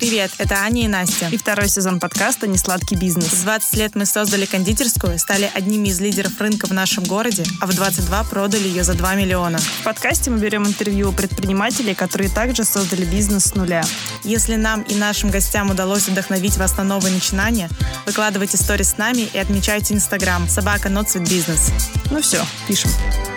Привет, это Аня и Настя. И второй сезон подкаста «Несладкий бизнес». В 20 лет мы создали кондитерскую, стали одними из лидеров рынка в нашем городе, а в 22 продали ее за 2 миллиона. В подкасте мы берем интервью у предпринимателей, которые также создали бизнес с нуля. Если нам и нашим гостям удалось вдохновить вас на новые начинания, выкладывайте сторис с нами и отмечайте Инстаграм @NotSweetBusiness. Ну все, пишем.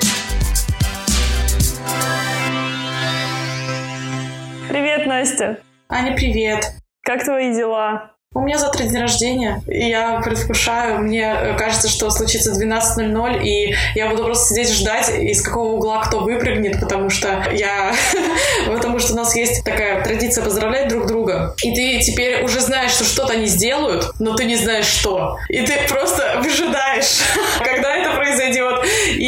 Привет, Настя. Аня, привет. Как твои дела? У меня завтра день рождения, и я предвкушаю. Мне кажется, что случится 12:00, и я буду просто сидеть ждать, из какого угла кто выпрыгнет, потому что у нас есть такая традиция поздравлять друг друга. И ты теперь уже знаешь, что что-то они сделают, но ты не знаешь, что. И ты просто выжидаешь, когда это произойдет.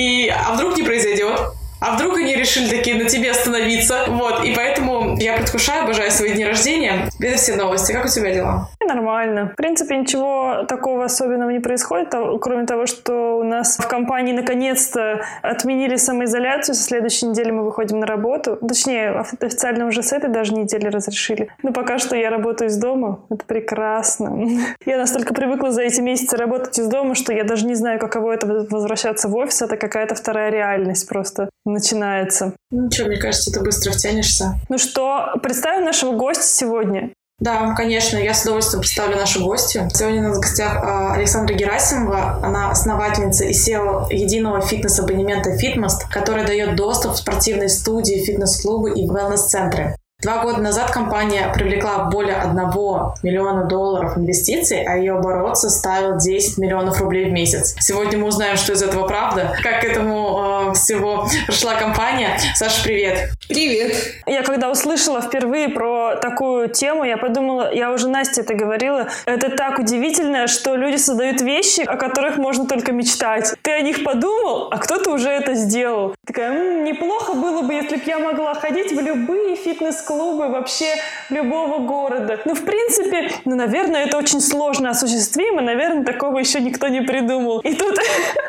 А вдруг не произойдет? А вдруг они решили такие на тебе остановиться? Вот, и поэтому я предвкушаю, обожаю свои дни рождения. Это все новости. Как у тебя дела? Нормально. В принципе, ничего такого особенного не происходит, кроме того, что у нас в компании наконец-то отменили самоизоляцию. Со следующей недели мы выходим на работу. Точнее, официально уже с этой даже недели разрешили. Но пока что я работаю из дома. Это прекрасно. Я настолько привыкла за эти месяцы работать из дома, что я даже не знаю, каково это возвращаться в офис. Это какая-то вторая реальность просто начинается. Ничего, мне кажется, ты быстро втянешься. Ну что, представим нашего гостя сегодня. Да, конечно, я с удовольствием представлю нашу гостью. Сегодня у нас в гостях Александра Герасимова. Она основательница и SEO единого фитнес-абонемента «Фитмост», который дает доступ в спортивные студии, фитнес-клубы и wellness-центры. 2 года назад компания привлекла более $1 миллиона инвестиций, а ее оборот составил 10 миллионов рублей в месяц. Сегодня мы узнаем, что из этого правда, как к этому всего пришла компания. Саша, привет! Привет! Я когда услышала впервые про такую тему, я подумала, я уже Насте это говорила, это так удивительно, что люди создают вещи, о которых можно только мечтать. Ты о них подумал, а кто-то уже это сделал. Такая, неплохо было бы, если бы я могла ходить в любые фитнес-клубы вообще любого города. В принципе, наверное, это очень сложно осуществимо, наверное, такого еще никто не придумал. И тут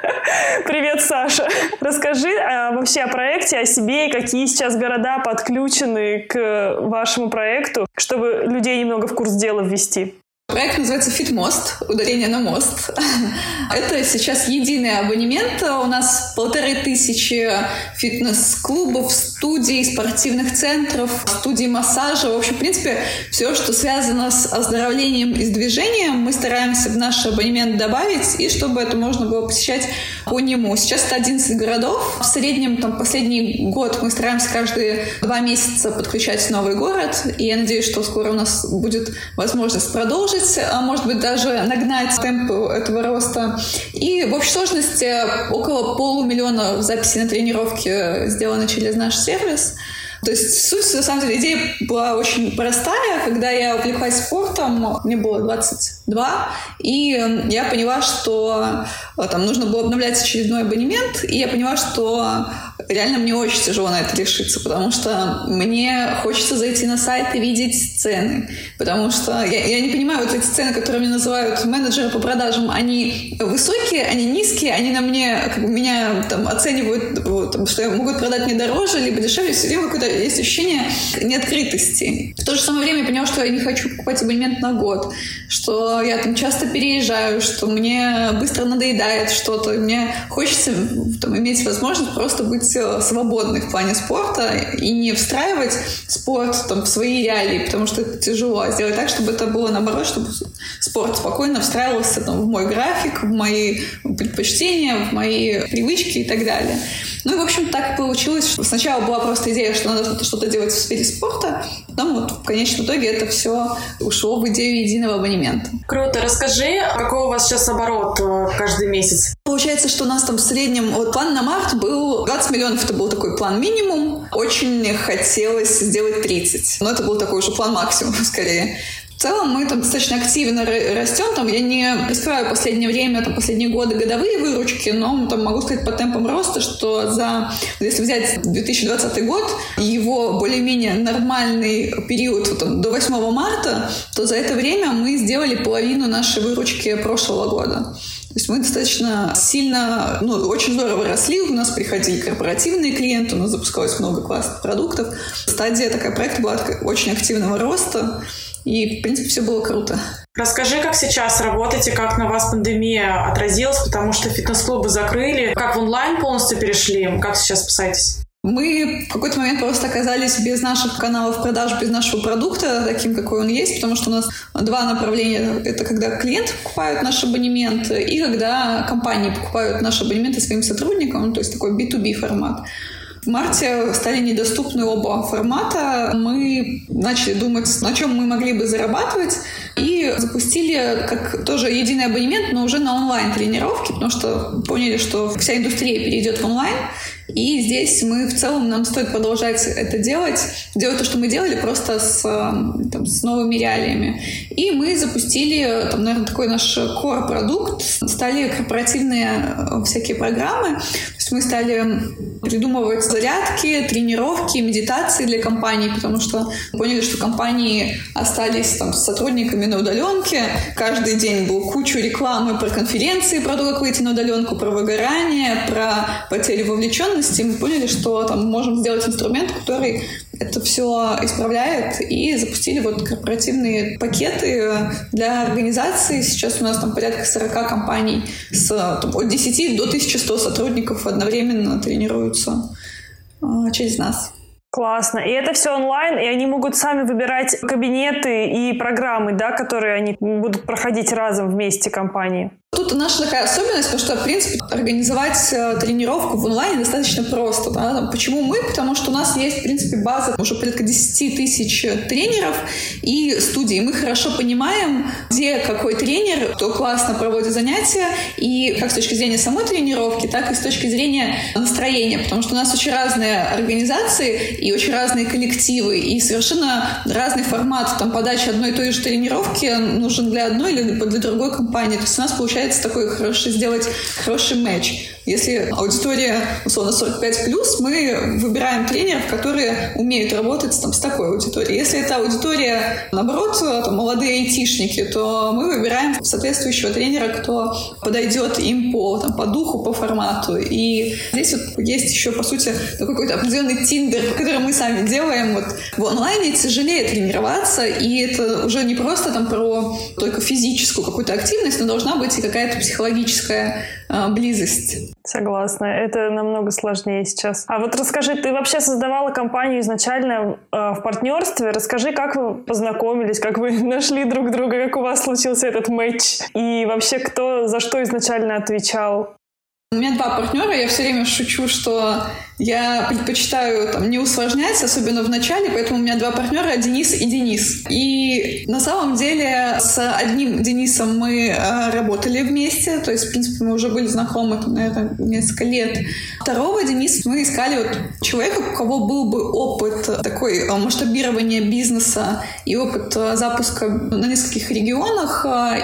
привет, Саша. Расскажи вообще о проекте, о себе и какие сейчас города подключены к вашему проекту, чтобы людей немного в курс дела ввести. Проект называется «Фитмост», ударение на мост. Это сейчас единый абонемент. У нас 1500 фитнес-клубов, студий, спортивных центров, студий массажа. В общем, в принципе, все, что связано с оздоровлением и с движением, мы стараемся в наш абонемент добавить, и чтобы это можно было посещать по нему. Сейчас это 11 городов. В среднем, последний год мы стараемся каждые 2 месяца подключать новый город, и я надеюсь, что скоро у нас будет возможность продолжить, а может быть даже нагнать темп этого роста. И в общей сложности около $500,000 записей на тренировки сделано через наш сервис. То есть суть, на самом деле, идея была очень простая. Когда я увлеклась спортом, мне было 22, и я поняла, что там нужно было обновлять очередной абонемент, и я поняла, что реально мне очень тяжело на это решиться, потому что мне хочется зайти на сайт и видеть цены, потому что я не понимаю, вот эти цены, которые мне называют менеджеры по продажам, они высокие, они низкие, они на мне, меня там оценивают, что могут продать мне дороже, либо дешевле, все время какое-то есть ощущение неоткрытости. В то же самое время я поняла, что я не хочу покупать абонемент на год, что я там часто переезжаю, что мне быстро надоедает что-то, мне хочется иметь возможность просто быть свободной в плане спорта и не встраивать спорт в свои реалии, потому что это тяжело. А сделать так, чтобы это было наоборот, чтобы спорт спокойно встраивался в мой график, в мои предпочтения, в мои привычки и так далее. И, в общем, так получилось, что сначала была просто идея, что надо что-то делать в сфере спорта, потом в конечном итоге это все ушло в идею единого абонемента. Круто. Расскажи, какой у вас сейчас оборот каждый месяц? Получается, что у нас в среднем, план на март был 20 миллионов, это был такой план минимум. Очень хотелось сделать 30, но это был такой уже план максимум, скорее. В целом мы достаточно активно растем. Я не раскрываю в последнее время, последние годы годовые выручки, но могу сказать по темпам роста, что если взять 2020 год, его более-менее нормальный период до 8 марта, то за это время мы сделали половину нашей выручки прошлого года. То есть мы достаточно сильно, очень здорово росли, у нас приходили корпоративные клиенты, у нас запускалось много классных продуктов. Стадия проекта была очень активного роста. И, в принципе, все было круто. Расскажи, как сейчас работаете, как на вас пандемия отразилась, потому что фитнес-клубы закрыли. Как в онлайн полностью перешли? Как сейчас спасаетесь? Мы в какой-то момент просто оказались без наших каналов продаж, без нашего продукта, таким, какой он есть, потому что у нас два направления. Это когда клиенты покупают наш абонемент и когда компании покупают наши абонементы своим сотрудникам, то есть такой B2B формат. В марте стали недоступны оба формата. Мы начали думать, на чем мы могли бы зарабатывать, и запустили как тоже единый абонемент, но уже на онлайн-тренировки, потому что поняли, что вся индустрия перейдет в онлайн. И здесь мы в целом, нам стоит продолжать это делать то, что мы делали, просто с новыми реалиями. И мы запустили, наверное, такой наш core-продукт, стали корпоративные всякие программы. То есть мы стали придумывать зарядки, тренировки, медитации для компаний, потому что поняли, что компании остались с сотрудниками на удаленке. Каждый день был кучу рекламы про конференции, про то, как выйти на удаленку, про выгорание, про потерю вовлеченности. Мы поняли, что можем сделать инструмент, который это все исправляет, и запустили корпоративные пакеты для организаций. Сейчас у нас порядка 40 компаний от 10 до 1100 сотрудников одновременно тренируются через нас. Классно. И это все онлайн, и они могут сами выбирать кабинеты и программы, да, которые они будут проходить разом вместе компании. Тут наша такая особенность, потому что, в принципе, организовать тренировку в онлайне достаточно просто. Да? Почему мы? Потому что у нас есть, в принципе, база уже порядка 10 тысяч тренеров и студий. Мы хорошо понимаем, где какой тренер, кто классно проводит занятия, и как с точки зрения самой тренировки, так и с точки зрения настроения. Потому что у нас очень разные организации и очень разные коллективы, и совершенно разный формат подачи одной и той же тренировки нужен для одной или для другой компании. То есть у нас получается сделать хороший матч. Если аудитория, условно, 45+, мы выбираем тренеров, которые умеют работать с такой аудиторией. Если это аудитория, наоборот, молодые айтишники, то мы выбираем соответствующего тренера, кто подойдет им по духу, по формату. И здесь есть еще, по сути, такой какой-то определенный тиндер, который мы сами делаем. В онлайне тяжелее тренироваться, и это уже не просто про только физическую какую-то активность, но должна быть и какая-то психологическая близость. Согласна. Это намного сложнее сейчас. А расскажи, ты вообще создавала компанию изначально в партнерстве. Расскажи, как вы познакомились, как вы нашли друг друга, как у вас случился этот матч, и вообще кто за что изначально отвечал? У меня два партнера, я все время шучу, что я предпочитаю не усложнять, особенно в начале, поэтому у меня два партнера, Денис и Денис. И на самом деле с одним Денисом мы работали вместе, то есть, в принципе, мы уже были знакомы, наверное, несколько лет. Второго Дениса мы искали человека, у кого был бы опыт такой масштабирования бизнеса и опыт запуска на нескольких регионах,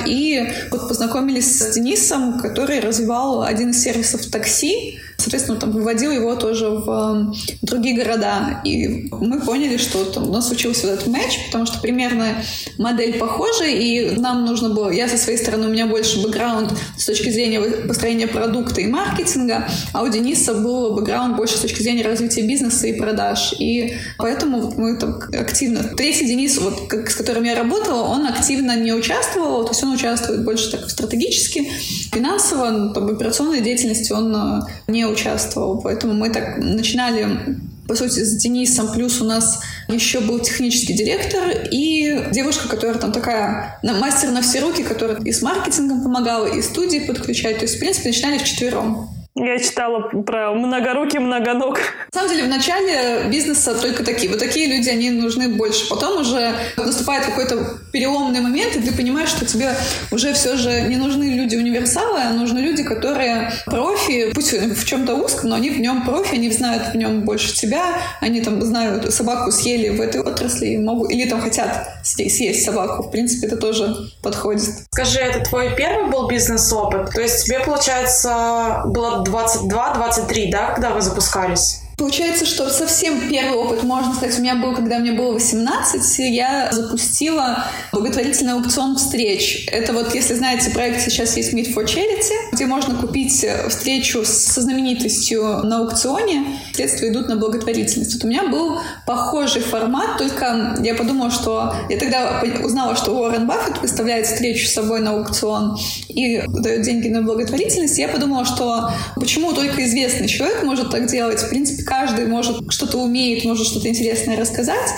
и познакомились с Денисом, который развивал один из сервисов такси. Соответственно, выводил его тоже в другие города. И мы поняли, что у нас случился этот матч, потому что примерно модель похожа, и нам нужно было... Я со своей стороны, у меня больше бэкграунд с точки зрения построения продукта и маркетинга, а у Дениса был бэкграунд больше с точки зрения развития бизнеса и продаж. И поэтому мы активно... Третий Денис, с которым я работала, он активно не участвовал, то есть он участвует больше стратегически, финансово, в операционной деятельности он не участвовал. Поэтому мы так начинали, по сути, с Денисом. Плюс у нас еще был технический директор и девушка, которая такая мастер на все руки, которая и с маркетингом помогала, и студии подключать. То есть, в принципе, начинали вчетвером. Я читала про многорукий, многоног. На самом деле, в начале бизнеса только такие. Такие люди, они нужны больше. Потом уже наступает какой-то переломный момент, и ты понимаешь, что тебе уже все же не нужны люди-универсалы, а нужны люди, которые профи, пусть в чем-то узком, но они в нем профи, они знают в нем больше тебя, они знают, собаку съели в этой отрасли, или хотят съесть собаку. В принципе, это тоже подходит. Скажи, это твой первый был бизнес-опыт? То есть тебе, получается, было 22-23, да, когда вы запускались? Получается, что совсем первый опыт, можно сказать, у меня был, когда мне было 18, я запустила благотворительный аукцион встреч. Это вот, если знаете, проект сейчас есть Meet for Charity, где можно купить встречу со знаменитостью на аукционе, средства идут на благотворительность. Вот у меня был похожий формат, только я подумала, что... Я тогда узнала, что Уоррен Баффет выставляет встречу с собой на аукцион и дает деньги на благотворительность. Я подумала, что почему только известный человек может так делать? В принципе, каждый может что-то умеет, может что-то интересное рассказать.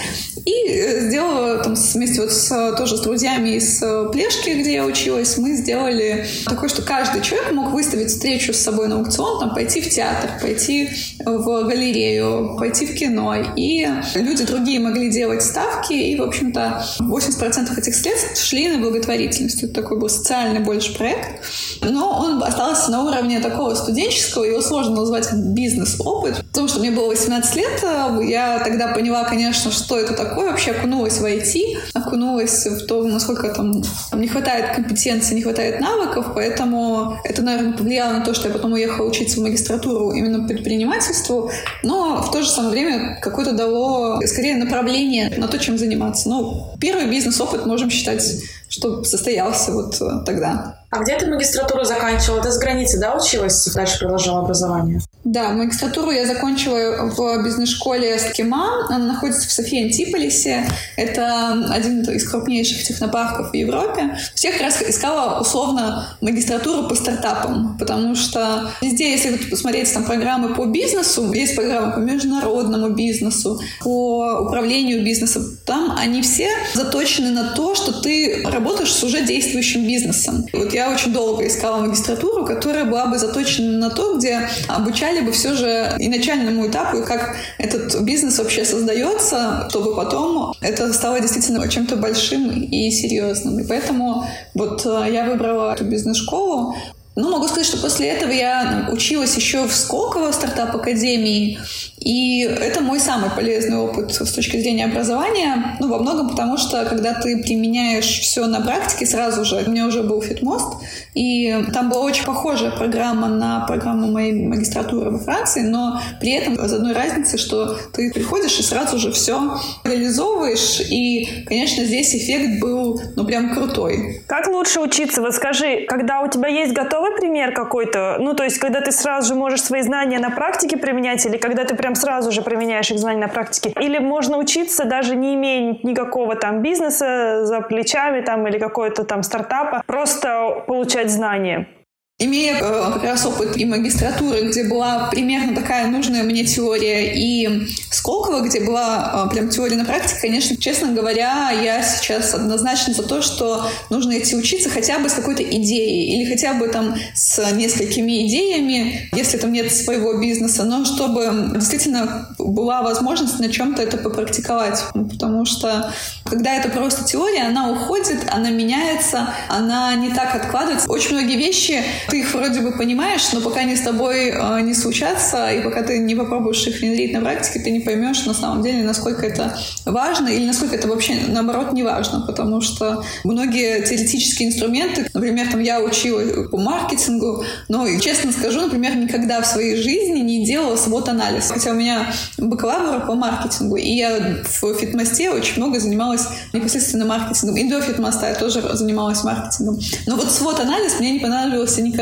И сделала там вместе вот тоже с друзьями из Плешки, где я училась, мы сделали такое, что каждый человек мог выставить встречу с собой на аукцион, там, пойти в театр, пойти в галерею, пойти в кино. И люди другие могли делать ставки, и, в общем-то, 80% этих средств шли на благотворительность. Это такой был социальный больше проект. Но он остался на уровне такого студенческого, его сложно назвать бизнес-опыт, потому что мне было 18 лет, я тогда поняла, конечно, что это такое, вообще окунулась в IT, окунулась в то, насколько там не хватает компетенции, не хватает навыков, поэтому это, наверное, повлияло на то, что я потом уехала учиться в магистратуру именно предпринимательству, но в то же самое время какое-то дало, скорее, направление на то, чем заниматься. Ну, первый бизнес-опыт можем считать, что состоялся вот тогда. А где ты магистратуру заканчивала? Ты за границей, да, училась? Дальше продолжала образование? Да, магистратуру я закончила в бизнес-школе Скима. Она находится в Софии Антиполисе. Это один из крупнейших технопарков в Европе. Я как раз искала условно магистратуру по стартапам, потому что везде, если посмотреть там программы по бизнесу, есть программы по международному бизнесу, по управлению бизнесом, там они все заточены на то, что ты работаешь с уже действующим бизнесом. Вот я очень долго искала магистратуру, которая была бы заточена на то, где обучали бы все же и начальному этапу, как этот бизнес вообще создается, чтобы потом это стало действительно чем-то большим и серьезным. И поэтому вот я выбрала эту бизнес-школу. Ну, могу сказать, что после этого я училась еще в Сколково стартап-академии, и это мой самый полезный опыт с точки зрения образования. Ну, во многом потому, что когда ты применяешь все на практике сразу же, у меня уже был Фитмост, и там была очень похожая программа на программу моей магистратуры во Франции, но при этом с одной разницей, что ты приходишь и сразу же все реализовываешь, и, конечно, здесь эффект был, ну, прям крутой. Как лучше учиться? Вот скажи, когда у тебя есть готовый пример какой-то, ну, то есть, когда ты сразу же можешь свои знания на практике применять, или когда ты прям сразу же применяешь их знания на практике, или можно учиться, даже не имея никакого там бизнеса за плечами там, или какой-то там стартапа, просто получать знания? Имея как раз опыт и магистратуры, где была примерно такая нужная мне теория, и Сколково, где была прям теория на практике, конечно, честно говоря, я сейчас однозначно за то, что нужно идти учиться хотя бы с какой-то идеей, или хотя бы там с несколькими идеями, если там нет своего бизнеса, но чтобы действительно была возможность на чем-то это попрактиковать, потому что когда это просто теория, она уходит, она меняется, она не так откладывается. Очень многие вещи ты их вроде бы понимаешь, но пока они с тобой не случатся, и пока ты не попробуешь их внедрить на практике, ты не поймешь на самом деле, насколько это важно или насколько это вообще, наоборот, не важно, потому что многие теоретические инструменты, например, там я учила по маркетингу, но, честно скажу, например, никогда в своей жизни не делала свод-анализ, хотя у меня бакалавр по маркетингу, и я в Фитмосте очень много занималась непосредственно маркетингом, и до Фитмоста я тоже занималась маркетингом, но вот свод-анализ мне не понадобился никогда.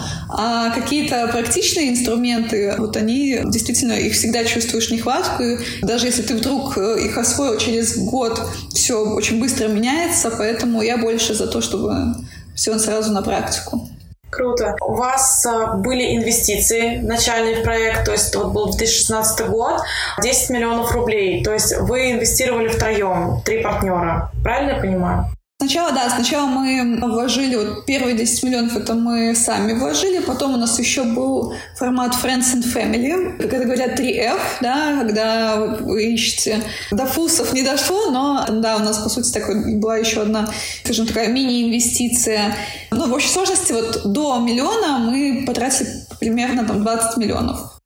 А какие-то практичные инструменты, вот они действительно, их всегда чувствуешь нехватку. И даже если ты вдруг их освоил через год, все очень быстро меняется, поэтому я больше за то, чтобы все сразу на практику. Круто. У вас были инвестиции начальный в проект, то есть вот был 2016 год, 10 миллионов рублей, то есть вы инвестировали втроем, 3 партнера. Правильно я понимаю? Сначала мы вложили, вот первые 10 миллионов это мы сами вложили, потом у нас еще был формат Friends and Family, как это говорят, 3F, да, когда вы ищете, до фусов не дошло, но да, у нас, по сути, была еще одна, скажем, такая мини-инвестиция. Ну, в общей сложности вот до миллиона мы потратили примерно там 20 миллионов.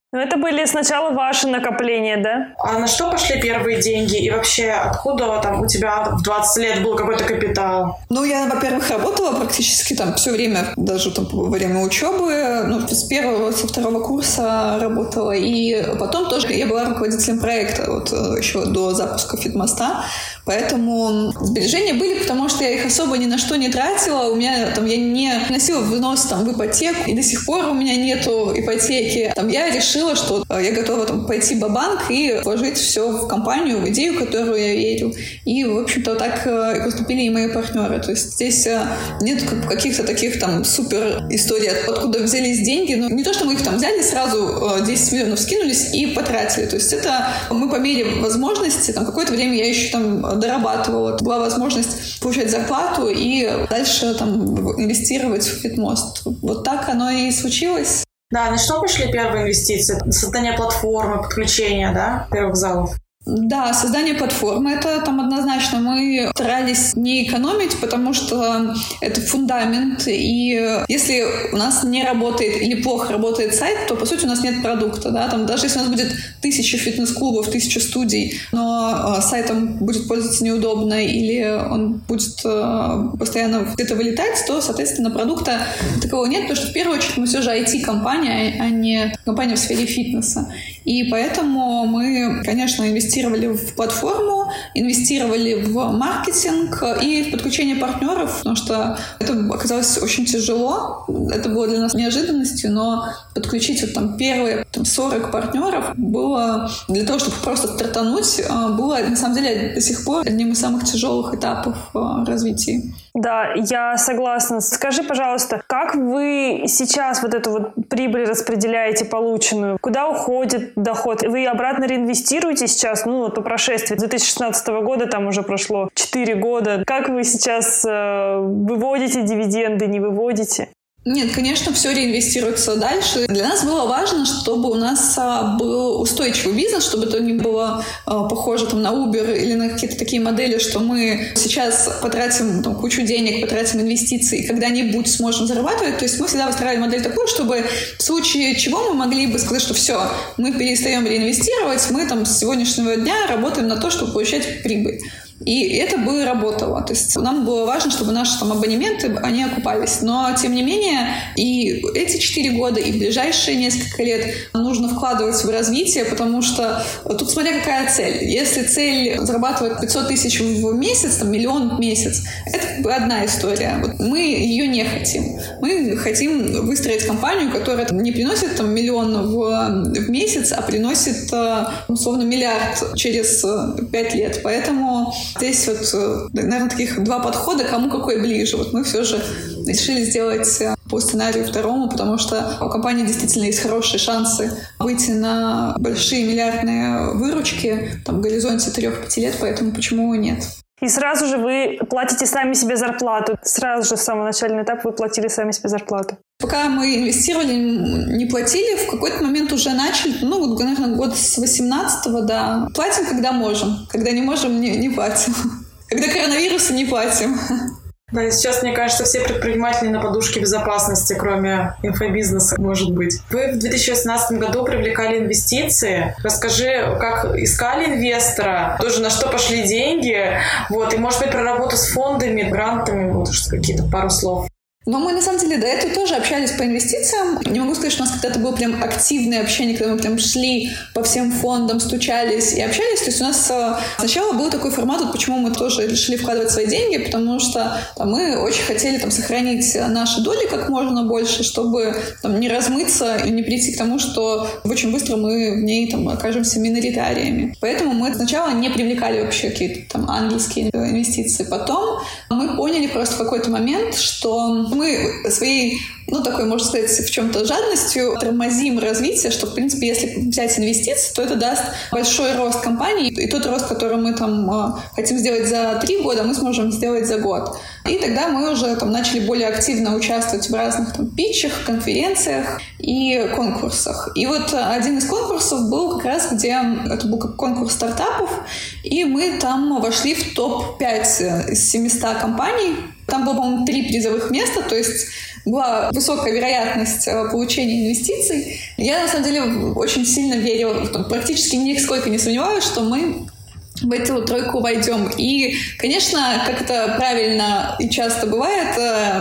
Но это были сначала ваши накопления, да? А на что пошли первые деньги? И вообще, откуда там у тебя в 20 лет был какой-то капитал? Ну, я, во-первых, работала практически там все время, даже там во время учебы. Ну, с первого, со второго курса работала. И потом тоже я была руководителем проекта вот еще до запуска Фитмоста. Поэтому сбережения были, потому что я их особо ни на что не тратила. У меня там я не носила взнос там в ипотеку, и до сих пор у меня нету ипотеки. Там я решила, что я готова там пойти бабанк и вложить все в компанию, в идею, в которую я верю. И, в общем-то, так и поступили и мои партнеры. То есть здесь нет каких-то таких там супер историй, откуда взялись деньги. Но не то, что мы их там взяли, сразу 10 миллионов скинулись и потратили. То есть это мы по мере возможности, там какое-то время я еще там дорабатывала. Была возможность получать зарплату и дальше там инвестировать в Фитмост. Вот так оно и случилось. Да, на что пошли первые инвестиции? Создание платформы, подключение, да, первых залов? Да, создание платформы, это там однозначно мы старались не экономить, потому что это фундамент, и если у нас не работает или плохо работает сайт, то, по сути, у нас нет продукта, да, там даже если у нас будет 1000 фитнес-клубов, 1000 студий, но сайтом будет пользоваться неудобно или он будет постоянно где-то вылетать, то, соответственно, продукта такого нет, потому что, в первую очередь, мы все же IT-компания, а не компания в сфере фитнеса. И поэтому мы, конечно, инвестировали в платформу, инвестировали в маркетинг и в подключение партнеров, потому что это оказалось очень тяжело. Это было для нас неожиданностью, но подключить вот там первые 40 партнеров было для того, чтобы просто стартануть, было на самом деле до сих пор одним из самых тяжелых этапов развития. Да, я согласна. Скажи, пожалуйста, как вы сейчас вот эту вот прибыль распределяете полученную? Куда уходит доход? Вы обратно реинвестируете сейчас? Ну, вот по прошествии 2016 года, там уже прошло 4 года. Как вы сейчас выводите дивиденды, не выводите? Нет, конечно, все реинвестируется дальше. Для нас было важно, чтобы у нас был устойчивый бизнес, чтобы это не было похоже там, на Uber или на какие-то такие модели, что мы сейчас потратим там, кучу денег, потратим инвестиции и когда-нибудь сможем зарабатывать. То есть мы всегда выстраивали модель такую, чтобы в случае чего мы могли бы сказать, что все, мы перестаем реинвестировать, мы там с сегодняшнего дня работаем на то, чтобы получать прибыль. И это бы работало. То есть нам было важно, чтобы наши там абонементы, они окупались. Но, тем не менее, и эти 4 года, и ближайшие несколько лет нужно вкладывать в развитие, потому что тут смотря какая цель. Если цель зарабатывать 500 тысяч в месяц, там, 1 000 000 в месяц, это одна история. Вот мы ее не хотим. Мы хотим выстроить компанию, которая там, не приносит там, 1 000 000 в месяц, а приносит, условно, 1 миллиард через 5 лет. Поэтому здесь вот, наверное, таких 2 подхода, кому какой ближе. Вот мы все же решили сделать по сценарию второму, потому что у компании действительно есть хорошие шансы выйти на большие миллиардные выручки там, в горизонте 3-5 лет, поэтому почему и нет. И сразу же вы платите сами себе зарплату. Сразу же в самый начальный этап вы платили сами себе зарплату. Пока мы инвестировали, не платили, в какой-то момент уже начали, ну, вот, наверное, год с 18-го, да. Платим, когда можем. Когда не можем, не платим. Когда коронавируса, не платим. Да, и сейчас, мне кажется, все предприниматели на подушке безопасности, кроме инфобизнеса, может быть. Вы в 2018 году привлекали инвестиции. Расскажи, как искали инвестора, тоже на что пошли деньги, вот, и, может быть, про работу с фондами, грантами, вот, какие-то пару слов. Но мы, на самом деле, до этого тоже общались по инвестициям. Не могу сказать, что у нас когда-то было прям активное общение, когда мы прям шли по всем фондам, стучались и общались. То есть у нас сначала был такой формат, вот почему мы тоже решили вкладывать свои деньги, потому что там, мы очень хотели там, сохранить наши доли как можно больше, чтобы там, не размыться и не прийти к тому, что очень быстро мы в ней там, окажемся миноритариями. Поэтому мы сначала не привлекали вообще какие-то там ангельские инвестиции. Потом мы поняли просто в какой-то момент, что мы своей, ну, такой, можно сказать, в чем-то жадностью тормозим развитие, что, в принципе, если взять инвестиции, то это даст большой рост компании, и тот рост, который мы там хотим сделать за 3 года, мы сможем сделать за год. И тогда мы уже там начали более активно участвовать в разных там питчах, конференциях и конкурсах. И вот один из конкурсов был как раз, где это был как конкурс стартапов, и мы там вошли в топ-5 из 700 компаний. Там было, по-моему, 3 призовых места, то есть была высокая вероятность получения инвестиций. Я, на самом деле, очень сильно верила, практически нисколько не сомневаюсь, что мы в эту тройку войдем. И, конечно, как это правильно и часто бывает,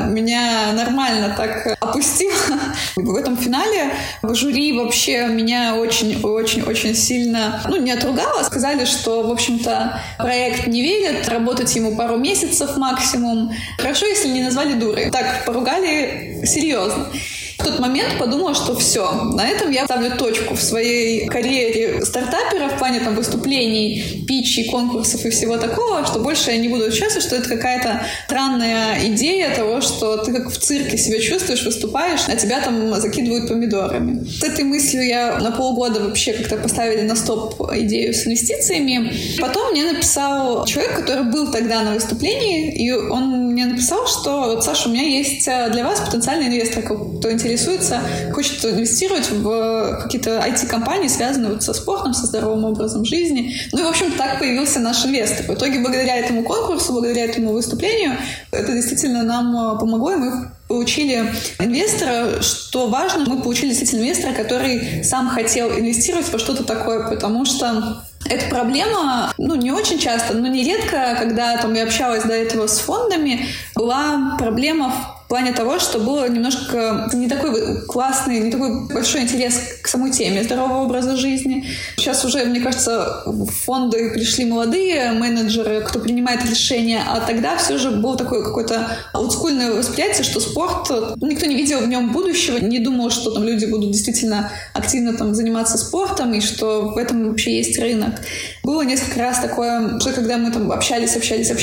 меня нормально так опустило в этом финале. В жюри вообще меня очень-очень-очень сильно, не отругало. Сказали, что, в общем-то, проект не верит, работать ему пару месяцев максимум. Хорошо, если не назвали дурой. Так, поругали серьезно. В тот момент подумала, что все, на этом я ставлю точку в своей карьере стартапера в плане выступлений, питчей, конкурсов и всего такого, что больше я не буду участвовать, что это какая-то странная идея того, что ты как в цирке себя чувствуешь, выступаешь, а тебя там закидывают помидорами. С этой мыслью я на полгода вообще как-то поставили на стоп идею с инвестициями. Потом мне написал человек, который был тогда на выступлении, и он мне написал, что «Саша, у меня есть для вас потенциальный инвестор, кто интересуется, хочет инвестировать в какие-то IT-компании, связанные со спортом, со здоровым образом жизни». Ну и, в общем, так появился наш инвестор. В итоге, благодаря этому конкурсу, благодаря этому выступлению, это действительно нам помогло, и мы получили инвестора. Что важно, мы получили действительно инвестора, который сам хотел инвестировать во что-то такое, потому что эта проблема, не очень часто, но нередко, когда я общалась до этого с фондами, была проблема в плане того, что было немножко не такой классный, не такой большой интерес к самой теме здорового образа жизни. Сейчас уже, мне кажется, в фонды пришли молодые менеджеры, кто принимает решения, а тогда все же было такое какое-то олдскульное восприятие, что спорт, никто не видел в нем будущего, не думал, что там люди будут действительно активно заниматься спортом и что в этом вообще есть рынок. Было несколько раз такое, что когда мы общались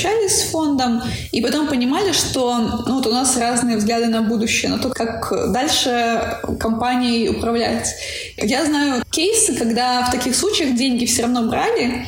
с фондом, и потом понимали, что у нас разные взгляды на будущее, на то, как дальше компанией управлять. Я знаю кейсы, когда в таких случаях деньги все равно брали,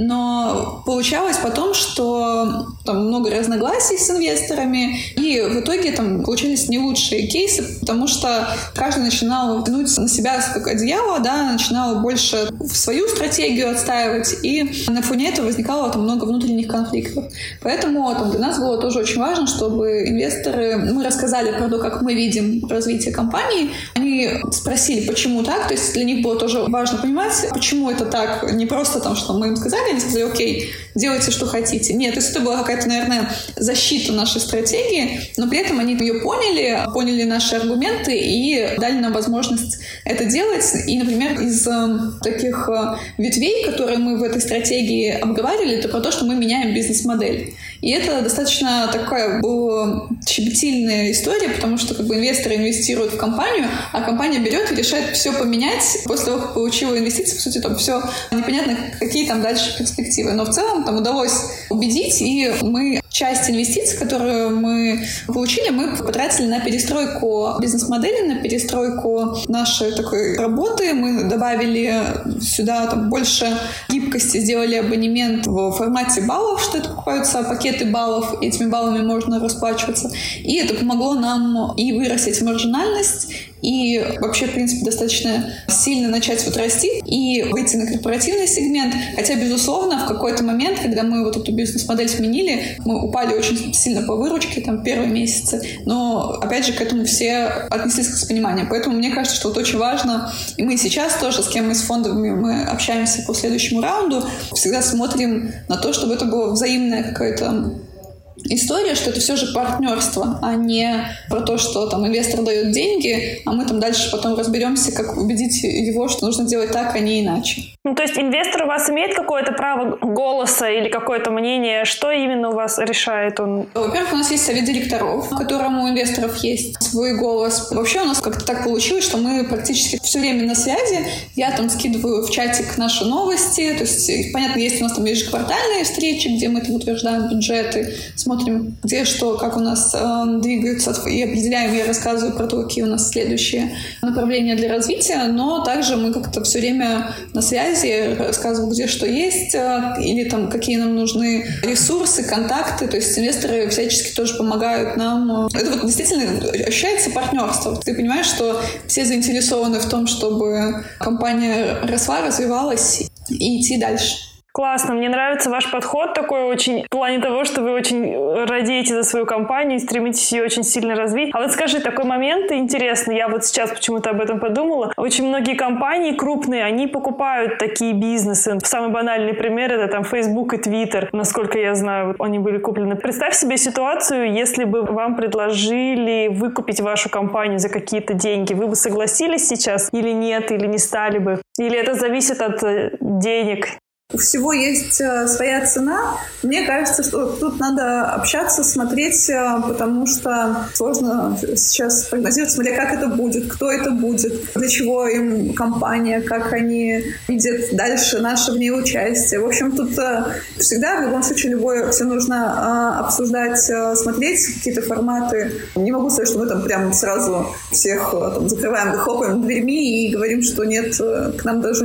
но получалось потом, что много разногласий с инвесторами, и в итоге получились не лучшие кейсы, потому что каждый начинал тянуть на себя как одеяло, начинал больше в свою стратегию отстаивать, и на фоне этого возникало много внутренних конфликтов. Поэтому для нас было тоже очень важно, чтобы инвесторы, мы рассказали про то, как мы видим развитие компании, они спросили, почему так, то есть для них было тоже важно понимать, почему это так, не просто что мы им сказали, они сказали, окей, делайте, что хотите. Нет, то есть это была какая-то, наверное, защита нашей стратегии, но при этом они ее поняли наши аргументы и дали нам возможность это делать. И, например, из таких ветвей, которые мы в этой стратегии обговаривали, это про то, что мы меняем бизнес-модель. И это достаточно такая была щепетильная история, потому что инвесторы инвестируют в компанию, а компания берет и решает все поменять после того, как получила инвестиции. По сути, все непонятно, какие дальше перспективы. Но в целом удалось убедить, и мы часть инвестиций, которую мы получили, мы потратили на перестройку бизнес-модели, на перестройку нашей такой работы. Мы добавили сюда больше гибкости, сделали абонемент в формате баллов, что это покупаются пакеты баллов, и этими баллами можно расплачиваться. И это помогло нам и вырастить маржинальность, и вообще, в принципе, достаточно сильно начать расти и выйти на корпоративный сегмент. Хотя, безусловно, в какой-то момент, когда мы эту бизнес-модель сменили, мы упали очень сильно по выручке, первые месяцы. Но, опять же, к этому все отнеслись с пониманием. Поэтому мне кажется, что очень важно, и мы сейчас тоже, с кем мы с фондами мы общаемся по следующему раунду, всегда смотрим на то, чтобы это было взаимное какое-то история, что это все же партнерство, а не про то, что инвестор дает деньги, а мы дальше потом разберемся, как убедить его, что нужно делать так, а не иначе. То есть инвестор у вас имеет какое-то право голоса или какое-то мнение? Что именно у вас решает он? Во-первых, у нас есть совет директоров, в котором у инвесторов есть свой голос. Вообще у нас как-то так получилось, что мы практически все время на связи. Я скидываю в чатик наши новости. То есть, понятно, есть у нас ежеквартальные встречи, где мы утверждаем бюджеты, смотрим, где что, как у нас двигаются, и определяем, я рассказываю про то, какие у нас следующие направления для развития, но также мы как-то все время на связи, рассказываю, где что есть, или какие нам нужны ресурсы, контакты, то есть инвесторы всячески тоже помогают нам. Это действительно ощущается партнерство. Ты понимаешь, что все заинтересованы в том, чтобы компания росла, развивалась и идти дальше. Классно, мне нравится ваш подход такой очень, в плане того, что вы очень радеете за свою компанию и стремитесь ее очень сильно развить. А вот скажи, такой момент интересный, я вот сейчас почему-то об этом подумала. Очень многие компании крупные, они покупают такие бизнесы. Самый банальный пример — это там Facebook и Twitter, насколько я знаю, вот они были куплены. Представь себе ситуацию, если бы вам предложили выкупить вашу компанию за какие-то деньги. Вы бы согласились сейчас или нет, или не стали бы? Или это зависит от денег? У всего есть своя цена. Мне кажется, что тут надо общаться, смотреть, потому что сложно сейчас прогнозировать, смотря как это будет, кто это будет, для чего им компания, как они видят дальше наше в ней участие. В общем, тут всегда, в любом случае, все нужно обсуждать, смотреть какие-то форматы. Не могу сказать, что мы там прям сразу всех там закрываем, хлопаем дверьми и говорим, что нет, к нам даже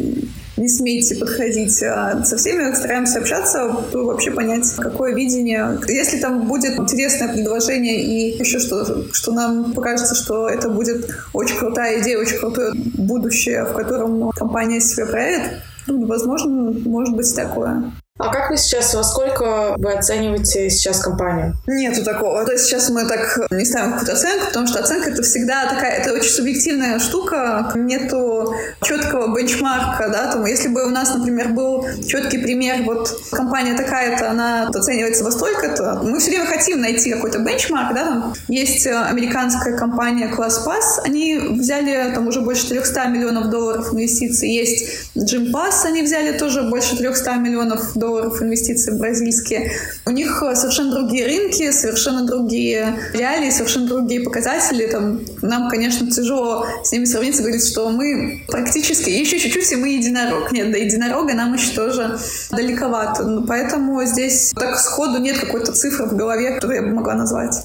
не смейте подходить. Со всеми стараемся общаться, вообще понять, какое видение. Если там будет интересное предложение и еще что нам покажется, что это будет очень крутая идея, очень крутое будущее, в котором компания себя проявит, возможно, может быть такое. А как вы сейчас, во сколько вы оцениваете сейчас компанию? Нету такого. То есть сейчас мы так не ставим какую-то оценку, потому что оценка — это всегда такая, это очень субъективная штука. Нету четкого бенчмарка, да, там, если бы у нас, например, был четкий пример, вот компания такая-то, она оценивается во столько-то, мы все время хотим найти какой-то бенчмарк, да, там есть американская компания ClassPass, они взяли там уже больше $300 миллионов инвестиций, есть Gympass, они взяли тоже больше $300 миллионов инвестиций бразильские. У них совершенно другие рынки, совершенно другие реалии, совершенно другие показатели. Там, нам, конечно, тяжело с ними сравниться, говорить, что мы практически, еще чуть-чуть, и мы единорог. Нет, до единорога нам еще тоже далековато. Поэтому здесь так сходу нет какой-то цифры в голове, которую я бы могла назвать.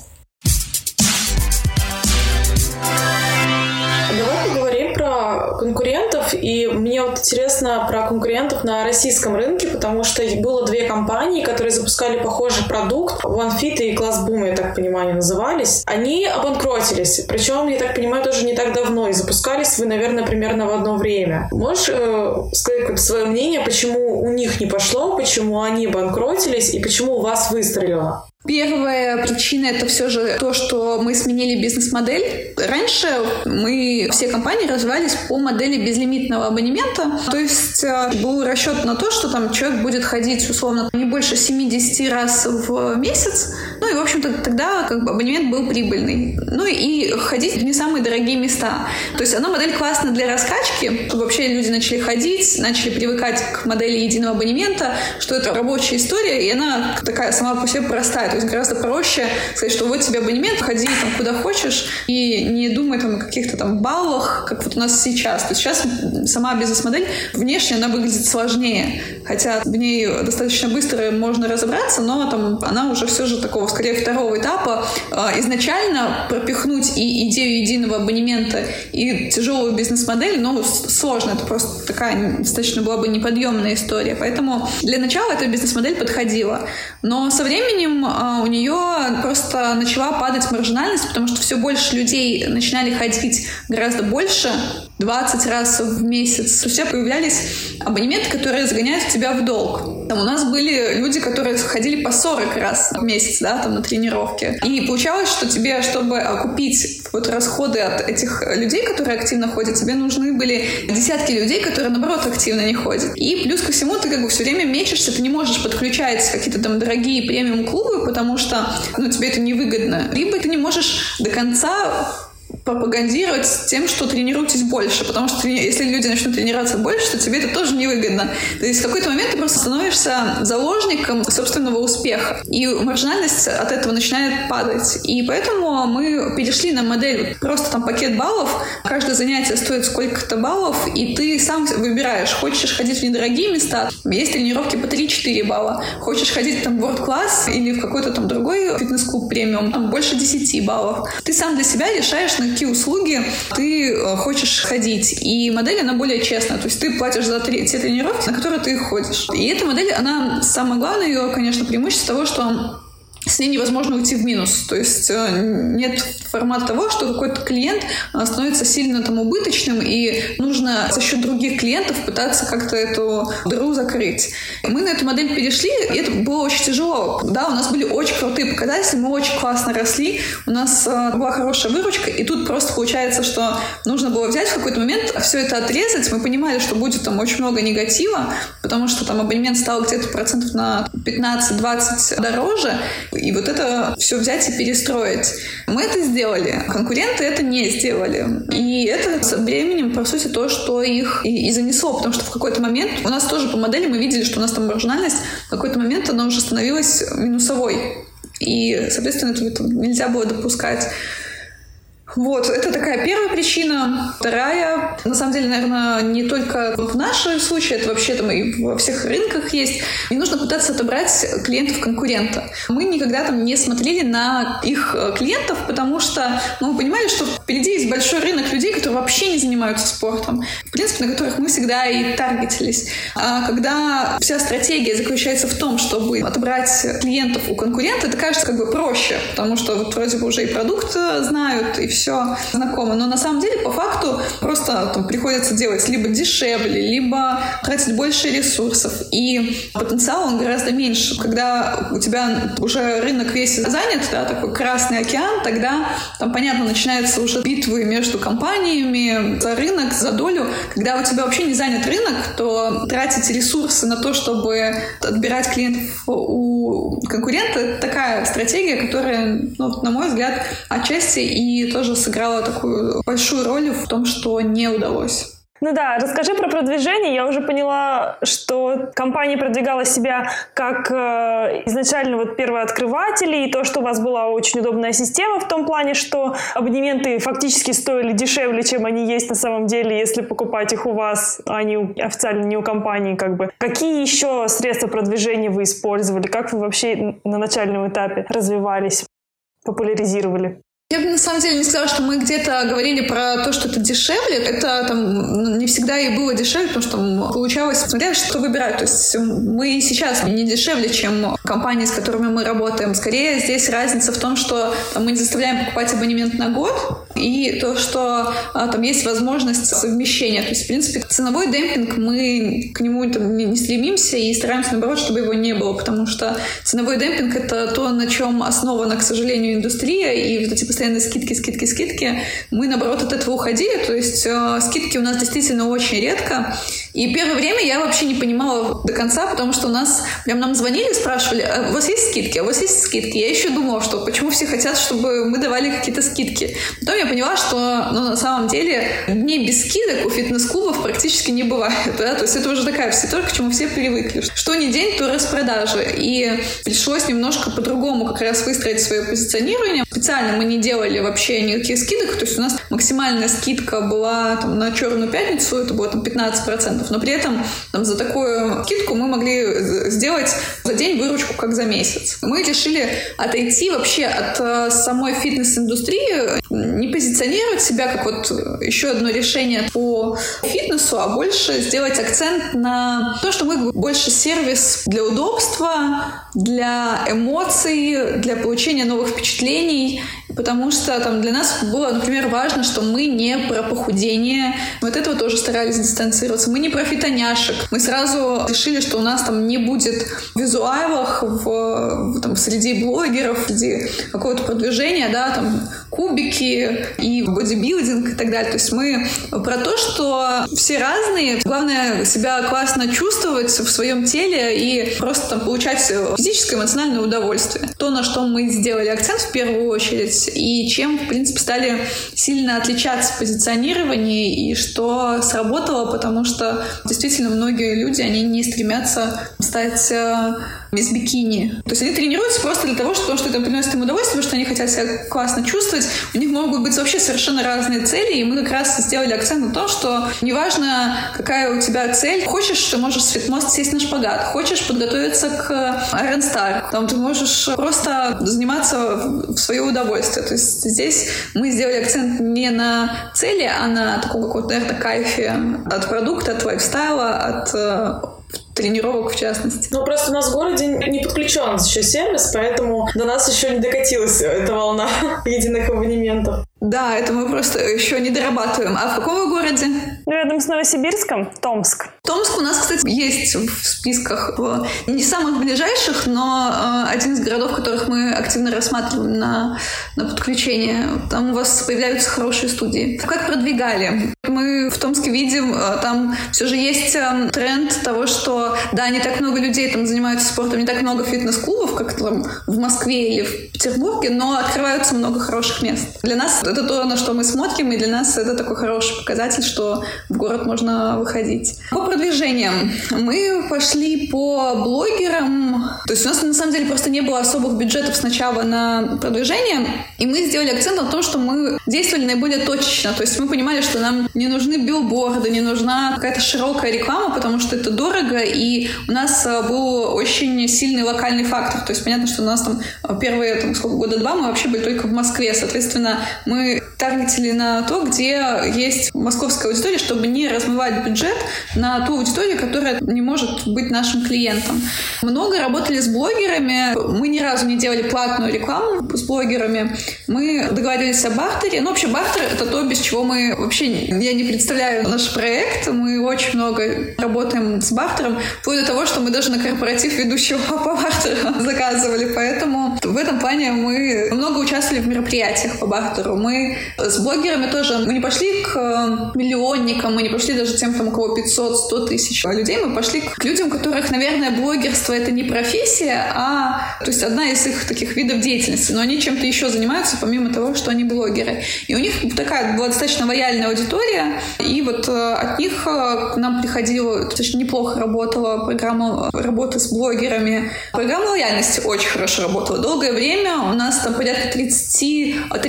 Конкурентов, и мне вот интересно про конкурентов на российском рынке, потому что было две компании, которые запускали похожий продукт, OneFit и ClassBoom, я так понимаю, они назывались. Они обанкротились, причем, я так понимаю, тоже не так давно, и запускались вы, наверное, примерно в одно время. Можешь сказать какое-то свое мнение, почему у них не пошло, почему они обанкротились и почему у вас выстрелило? Первая причина — это все же то, что мы сменили бизнес-модель. Раньше мы, все компании, развивались по модели безлимитного абонемента. То есть был расчет на то, что там человек будет ходить, условно, не больше 70 раз в месяц. Ну и, в общем-то, тогда как бы абонемент был прибыльный. Ну и ходить в не самые дорогие места. То есть она модель классная для раскачки, чтобы вообще люди начали ходить, начали привыкать к модели единого абонемента, что это рабочая история, и она такая сама по себе простая. То есть гораздо проще сказать, что вот тебе абонемент, ходи там куда хочешь и не думай там о каких-то там баллах, как вот у нас сейчас. То есть сейчас сама бизнес-модель внешне она выглядит сложнее, хотя в ней достаточно быстро можно разобраться, но там она уже все же такого, скорее, второго этапа. Изначально пропихнуть и идею единого абонемента, и тяжелую бизнес-модель, но сложно. Это просто такая достаточно была бы неподъемная история. Поэтому для начала эта бизнес-модель подходила. Но со временем у нее просто начала падать маржинальность, потому что все больше людей начинали ходить гораздо больше, 20 раз в месяц. У тебя появлялись абонементы, которые загоняют тебя в долг. Там у нас были люди, которые ходили по 40 раз в месяц, да, там на тренировки. И получалось, что тебе, чтобы окупить вот расходы от этих людей, которые активно ходят, тебе нужны были десятки людей, которые, наоборот, активно не ходят. И плюс ко всему ты как бы все время мечешься, ты не можешь подключать какие-то там дорогие премиум-клубы, потому что тебе это невыгодно. Либо ты не можешь до конца пропагандировать тем, что тренируйтесь больше, потому что если люди начнут тренироваться больше, то тебе это тоже невыгодно. То есть в какой-то момент ты просто становишься заложником собственного успеха, и маржинальность от этого начинает падать. И поэтому мы перешли на модель просто там пакет баллов, каждое занятие стоит сколько-то баллов, и ты сам выбираешь, хочешь ходить в недорогие места, есть тренировки по 3-4 балла, хочешь ходить там в World Class или в какой-то там другой фитнес-клуб премиум, там больше 10 баллов. Ты сам для себя решаешь, на какие услуги ты хочешь ходить. И модель, она более честная. То есть ты платишь за те тренировки, на которые ты ходишь. И эта модель, она, самое главное ее, конечно, преимущество того, что с ней невозможно уйти в минус. То есть нет формата того, что какой-то клиент становится сильно там убыточным, и нужно за счет других клиентов пытаться как-то эту дыру закрыть. Мы на эту модель перешли, и это было очень тяжело. Да, у нас были очень крутые показатели, мы очень классно росли, у нас была хорошая выручка, и тут просто получается, что нужно было взять в какой-то момент, все это отрезать. Мы понимали, что будет там очень много негатива, потому что там абонемент стал где-то процентов на 15-20 дороже, и вот это все взять и перестроить. Мы это сделали. Конкуренты это не сделали. И это со временем, по сути, то, что их и занесло. Потому что в какой-то момент у нас тоже по модели мы видели, что у нас там маржинальность в какой-то момент она уже становилась минусовой. И, соответственно, это нельзя было допускать. Вот, это такая первая причина. Вторая, на самом деле, наверное, не только в нашем случае, это вообще там и во всех рынках есть. Не нужно пытаться отобрать клиентов конкурента. Мы никогда там не смотрели на их клиентов, потому что мы понимали, что впереди есть большой рынок людей, которые вообще не занимаются спортом, в принципе, на которых мы всегда и таргетились. А когда вся стратегия заключается в том, чтобы отобрать клиентов у конкурента, это кажется как бы проще, потому что вот вроде бы уже и продукт знают, и все знакомо. Но на самом деле, по факту, просто там приходится делать либо дешевле, либо тратить больше ресурсов. И потенциал, он гораздо меньше. Когда у тебя уже рынок весь занят, да, такой красный океан, тогда там, понятно, начинаются уже битвы между компаниями за рынок, за долю. Когда у тебя вообще не занят рынок, то тратить ресурсы на то, чтобы отбирать клиентов у конкурента, это такая стратегия, которая, на мой взгляд, отчасти и тоже сыграла такую большую роль в том, что не удалось. Ну да, расскажи про продвижение. Я уже поняла, что компания продвигала себя как изначально вот первооткрыватели, и то, что у вас была очень удобная система в том плане, что абонементы фактически стоили дешевле, чем они есть на самом деле, если покупать их у вас, а не официально не у компании как бы. Какие еще средства продвижения вы использовали? Как вы вообще на начальном этапе развивались, популяризировали? Я бы на самом деле не сказала, что мы где-то говорили про то, что это дешевле. Это там не всегда и было дешевле, потому что там получалось, смотря что выбирать. То есть мы сейчас не дешевле, чем компании, с которыми мы работаем. Скорее здесь разница в том, что там, мы не заставляем покупать абонемент на год, и то, что там есть возможность совмещения. То есть, в принципе, ценовой демпинг, мы к нему там не стремимся и стараемся, наоборот, чтобы его не было, потому что ценовой демпинг — это то, на чем основана, к сожалению, индустрия, и вот эти постоянные скидки. Мы, наоборот, от этого уходили, то есть скидки у нас действительно очень редко. И первое время я вообще не понимала до конца, потому что у нас прям нам звонили, спрашивали: а у вас есть скидки? А у вас есть скидки? Я еще думала, что почему все хотят, чтобы мы давали какие-то скидки. Потом я поняла, что на самом деле дней без скидок у фитнес-клубов практически не бывает. Да? То есть это уже такая то, к чему все привыкли. Что ни день, то распродажи. И пришлось немножко по-другому как раз выстроить свое позиционирование. Специально мы не делали вообще никаких скидок. То есть у нас максимальная скидка была там, на Черную пятницу, это было там 15%. Но при этом там, за такую скидку мы могли сделать за день выручку как за месяц. Мы решили отойти вообще от самой фитнес-индустрии, не позиционировать себя как вот еще одно решение по фитнесу, а больше сделать акцент на то, что мы больше сервис для удобства, для эмоций, для получения новых впечатлений, потому что там для нас было, например, важно, что мы не про похудение, мы от этого тоже старались дистанцироваться, мы не про фитоняшек. Мы сразу решили, что у нас там не будет в визуалах, там, среди блогеров, среди какого-то продвижения, да, там кубики и бодибилдинг и так далее. То есть мы про то, что все разные, главное себя классно чувствовать в своем теле и просто там получать физическое, эмоциональное удовольствие. То, на что мы сделали акцент в первую очередь, и чем, в принципе, стали сильно отличаться в позиционировании, и что сработало, потому что действительно многие люди, они не стремятся стать без бикини. То есть они тренируются просто для того, потому что это приносит им удовольствие, потому что они хотят себя классно чувствовать. У них могут быть вообще совершенно разные цели, и мы как раз сделали акцент на том, что неважно, какая у тебя цель, хочешь, ты можешь с Фитмост сесть на шпагат, хочешь подготовиться к Iron Star, там ты можешь просто заниматься в свое удовольствие. То есть здесь мы сделали акцент не на цели, а на таком каком-то, наверное, кайфе от продукта, от лайфстайла, от тренировок в частности. Ну, просто у нас в городе не подключен еще сервис, поэтому до нас еще не докатилась эта волна единых абонементов. Да, это мы просто еще не дорабатываем. А в каком вы городе? Рядом с Новосибирском, Томск. Томск у нас, кстати, есть в списках не самых ближайших, но один из городов, которых мы активно рассматриваем на подключение. Там у вас появляются хорошие студии. Как продвигали? Мы в Томске видим, там все же есть тренд того, что, да, не так много людей там занимаются спортом, не так много фитнес-клубов, как там в Москве или в Петербурге, но открываются много хороших мест. Для нас это то, на что мы смотрим, и для нас это такой хороший показатель, что в город можно выходить. По продвижениям. Мы пошли по блогерам. То есть у нас на самом деле просто не было особых бюджетов сначала на продвижение, и мы сделали акцент на том, что мы действовали наиболее точечно. То есть мы понимали, что нам не нужны билборды, не нужна какая-то широкая реклама, потому что это дорого, и у нас был очень сильный локальный фактор. То есть понятно, что у нас там первые года 2 мы вообще были только в Москве. Соответственно, мы таргетили на то, где есть московская аудитория, чтобы не размывать бюджет на ту аудиторию, которая не может быть нашим клиентом. Много работали с блогерами. Мы ни разу не делали платную рекламу с блогерами. Мы договорились о бартере. Ну, вообще, бартер — это то, без чего мы вообще... Я не представляю наш проект. Мы очень много работаем с бартером, вплоть до того, что мы даже на корпоратив ведущего по бартеру заказывали. Поэтому в этом плане мы много участвовали в мероприятиях по бартеру. Мы с блогерами тоже... Мы не пошли к миллионникам, мы не пошли даже тем, там, у кого 500-100 тысяч людей. Мы пошли к людям, у которых, наверное, блогерство — это не профессия, а... То есть одна из их таких видов деятельности. Но они чем-то еще занимаются, помимо того, что они блогеры. И у них такая была достаточно лояльная аудитория. И вот от них к нам приходила... Достаточно неплохо работала программа работы с блогерами. Программа лояльности очень хорошо работала. Долгое время у нас там порядка 30 до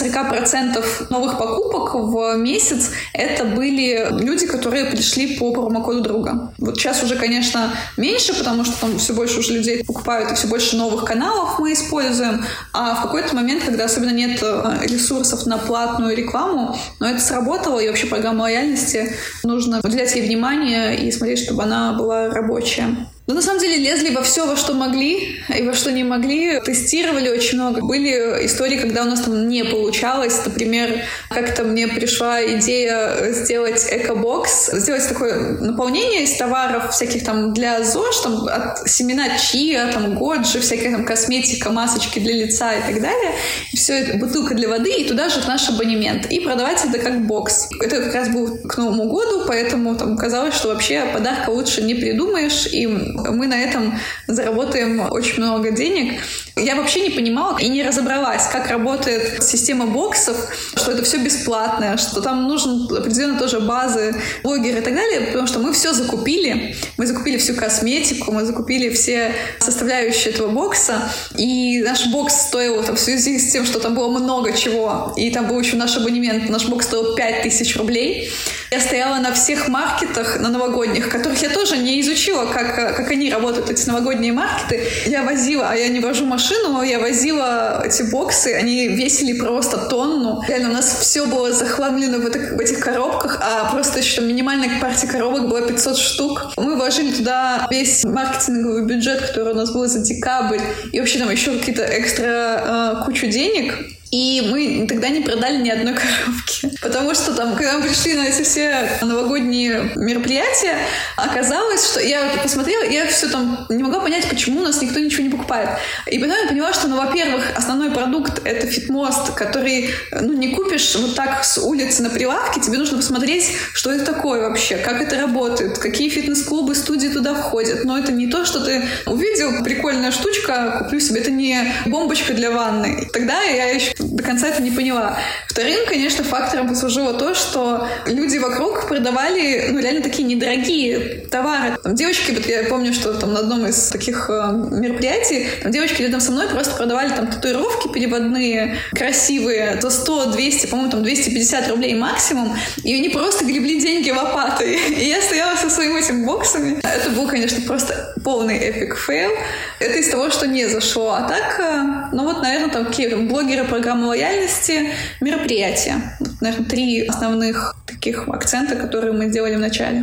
40% новых покупок в месяц это были люди, которые пришли по промокоду друга. Вот сейчас уже, конечно, меньше, потому что там все больше уже людей покупают, и все больше новых каналов мы используем. А в какой-то момент, когда особенно нет ресурсов на платную рекламу, но это сработало, и вообще программа лояльности нужно уделять ей внимание и смотреть, чтобы она была рабочая. Но на самом деле лезли во все, во что могли и во что не могли. Тестировали очень много. Были истории, когда у нас там не получалось. Например, как-то мне пришла идея сделать эко-бокс, сделать такое наполнение из товаров всяких там для ЗОЖ, там от семена чиа, там годжи, всякая там косметика, масочки для лица и так далее. И все это бутылка для воды, и туда же наш абонемент. И продавать это как бокс. Это как раз был к Новому году, поэтому там казалось, что вообще подарка лучше не придумаешь, и мы на этом заработаем очень много денег. Я вообще не понимала и не разобралась, как работает система боксов, что это все бесплатное, что там нужен определенно тоже базы, блогеры и так далее, потому что мы все закупили. Мы закупили всю косметику, мы закупили все составляющие этого бокса, и наш бокс стоил там, в связи с тем, что там было много чего, и там был еще наш абонемент, наш бокс стоил 5000 рублей. Я стояла на всех маркетах, на новогодних, которых я тоже не изучила, как они работают, эти новогодние маркеты. Я возила, а я не вожу машину, я возила эти боксы, они весили просто тонну. Реально, у нас все было захламлено в этих коробках, а просто еще минимальная партия коробок была 500 штук. Мы вложили туда весь маркетинговый бюджет, который у нас был за декабрь, и вообще там еще какие-то экстра кучу денег. И мы тогда не продали ни одной коробки. Потому что там, когда мы пришли на эти все новогодние мероприятия, оказалось, что я посмотрела, я все там не могла понять, почему у нас никто ничего не покупает. И потом я поняла, что, во-первых, основной продукт — это фитмост, который, не купишь вот так с улицы на прилавке, тебе нужно посмотреть, что это такое вообще, как это работает, какие фитнес-клубы, студии туда входят. Но это не то, что ты увидел, прикольная штучка, куплю себе, это не бомбочка для ванны. Тогда я еще до конца это не поняла. Вторым, конечно, фактором послужило то, что люди вокруг продавали, реально такие недорогие товары. Там девочки, вот я помню, что там на одном из таких мероприятий, там девочки рядом со мной просто продавали там татуировки переводные, красивые, за 100, 200, по-моему, там 250 рублей максимум, и они просто гребли деньги лопатой. И я стояла со своими этими боксами. Это был, конечно, просто полный эпик фейл. Это из того, что не зашло. А так, наверное, там какие блогеры, программы лояльности, мероприятия. Наверное, 3 основных таких акцента, которые мы делали в начале.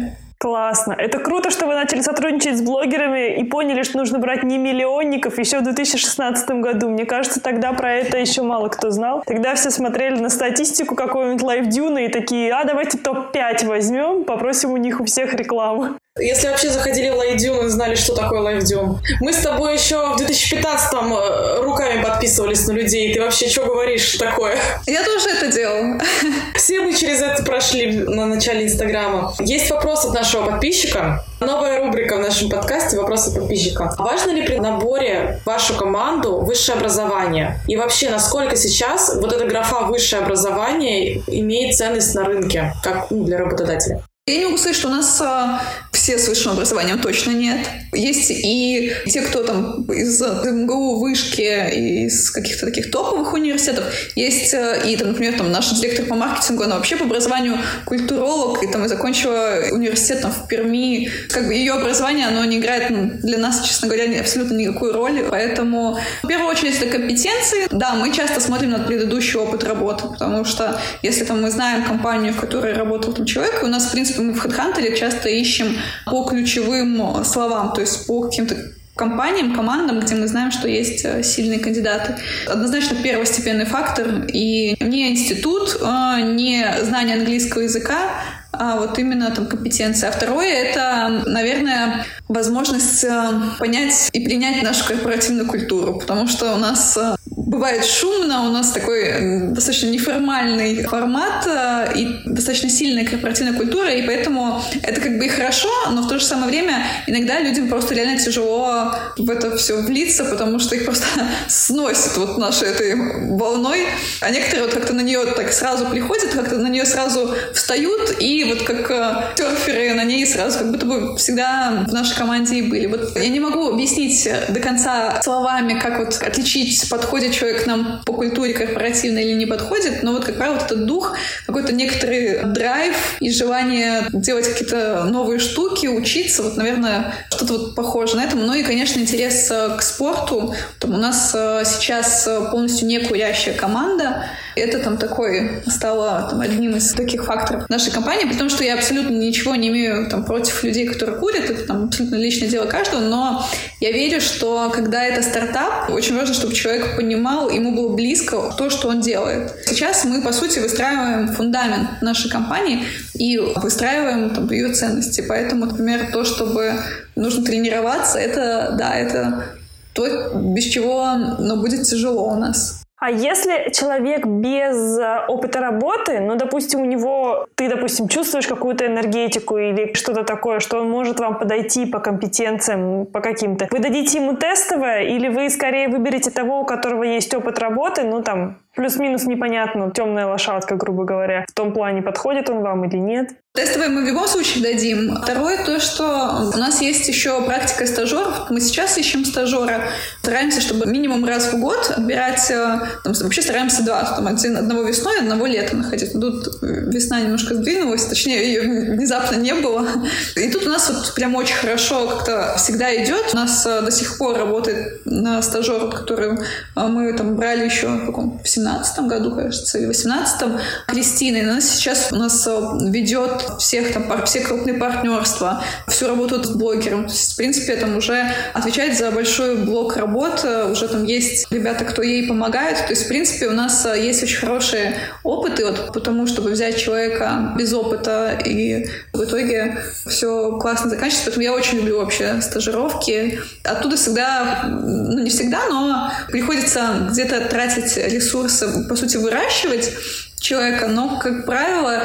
Классно. Это круто, что вы начали сотрудничать с блогерами и поняли, что нужно брать не миллионников еще в 2016 году. Мне кажется, тогда про это еще мало кто знал. Тогда все смотрели на статистику какого-нибудь LiveDune и такие: давайте топ-5 возьмем, попросим у них у всех рекламу. Если вообще заходили в LiveDune и знали, что такое LiveDune. Мы с тобой еще в 2015-м руками подписывались на людей. Ты вообще что говоришь такое? Я тоже это делала. Все мы через это прошли на начале Инстаграма. Есть вопрос от нашего подписчика. Новая рубрика в нашем подкасте «Вопросы подписчика». Важно ли при наборе в вашу команду высшее образование? И вообще, насколько сейчас вот эта графа «высшее образование» имеет ценность на рынке, как для работодателя? Я не могу сказать, что у нас все с высшим образованием точно нет. Есть и те, кто там из МГУ, вышки, из каких-то таких топовых университетов. Есть и, там, например, там, наш директор по маркетингу, она вообще по образованию культуролог, и, там, и закончила университет там, в Перми. Как бы ее образование, оно не играет для нас, честно говоря, абсолютно никакую роль. Поэтому, в первую очередь, это компетенции. Да, мы часто смотрим на предыдущий опыт работы, потому что если там, мы знаем компанию, в которой работал там человек, у нас, в принципе, мы в HeadHunter часто ищем по ключевым словам, то есть по каким-то компаниям, командам, где мы знаем, что есть сильные кандидаты. Однозначно первостепенный фактор, и не институт, не знание английского языка, а вот именно там компетенция. А второе — это, наверное, возможность понять и принять нашу корпоративную культуру, потому что у нас бывает шумно, у нас такой достаточно неформальный формат и достаточно сильная корпоративная культура, и поэтому это как бы и хорошо, но в то же самое время иногда людям просто реально тяжело в это все влиться, потому что их просто сносит вот нашей этой волной, а некоторые вот как-то на нее так сразу приходят, как-то на нее сразу встают, и вот как серферы на ней сразу как будто бы всегда в нашей команде и были. Вот я не могу объяснить до конца словами, как вот отличить, подходит человек к нам по культуре корпоративной или не подходит, но вот, как правило, вот этот дух, какой-то некоторый драйв и желание делать какие-то новые штуки, учиться, вот, наверное, что-то вот похоже на это. Ну и, конечно, интерес к спорту. Там у нас сейчас полностью не курящая команда. Это там такой стало там, одним из таких факторов нашей компании, при том, что я абсолютно ничего не имею там, против людей, которые курят, это там, абсолютно личное дело каждого, но я верю, что когда это стартап, очень важно, чтобы человек понимал, ему было близко то, что он делает. Сейчас мы, по сути, выстраиваем фундамент нашей компании и выстраиваем там, ее ценности. Поэтому, например, то, чтобы нужно тренироваться, это, да, это то, без чего будет тяжело у нас. А если человек без опыта работы, ну, допустим, ты, допустим, чувствуешь какую-то энергетику или что-то такое, что он может вам подойти по компетенциям, по каким-то, вы дадите ему тестовое или вы скорее выберете того, у которого есть опыт работы, ну, там, плюс-минус непонятно, темная лошадка, грубо говоря, в том плане, подходит он вам или нет? Тестовые мы в любом случае дадим. Второе, то, что у нас есть еще практика стажеров. Мы сейчас ищем стажера. Стараемся, чтобы минимум раз в год отбирать, там, вообще стараемся два, там, одного весной, одного летом находить. Тут весна немножко сдвинулась, точнее, ее внезапно не было. И тут у нас вот прям очень хорошо как-то всегда идет. У нас до сих пор работает стажер, который мы там брали еще в 17-м году, кажется, или 18-м, Кристина. И она сейчас у нас ведет всех там, все крупные партнерства, всю работу с блогером. То есть, в принципе, там уже отвечает за большой блок работ, уже там есть ребята, кто ей помогает. То есть, в принципе, у нас есть очень хорошие опыты, вот, потому чтобы взять человека без опыта, и в итоге все классно заканчивается. Поэтому я очень люблю вообще стажировки. Оттуда всегда, ну не всегда, но приходится где-то тратить ресурсы, по сути, выращивать человека, но, как правило,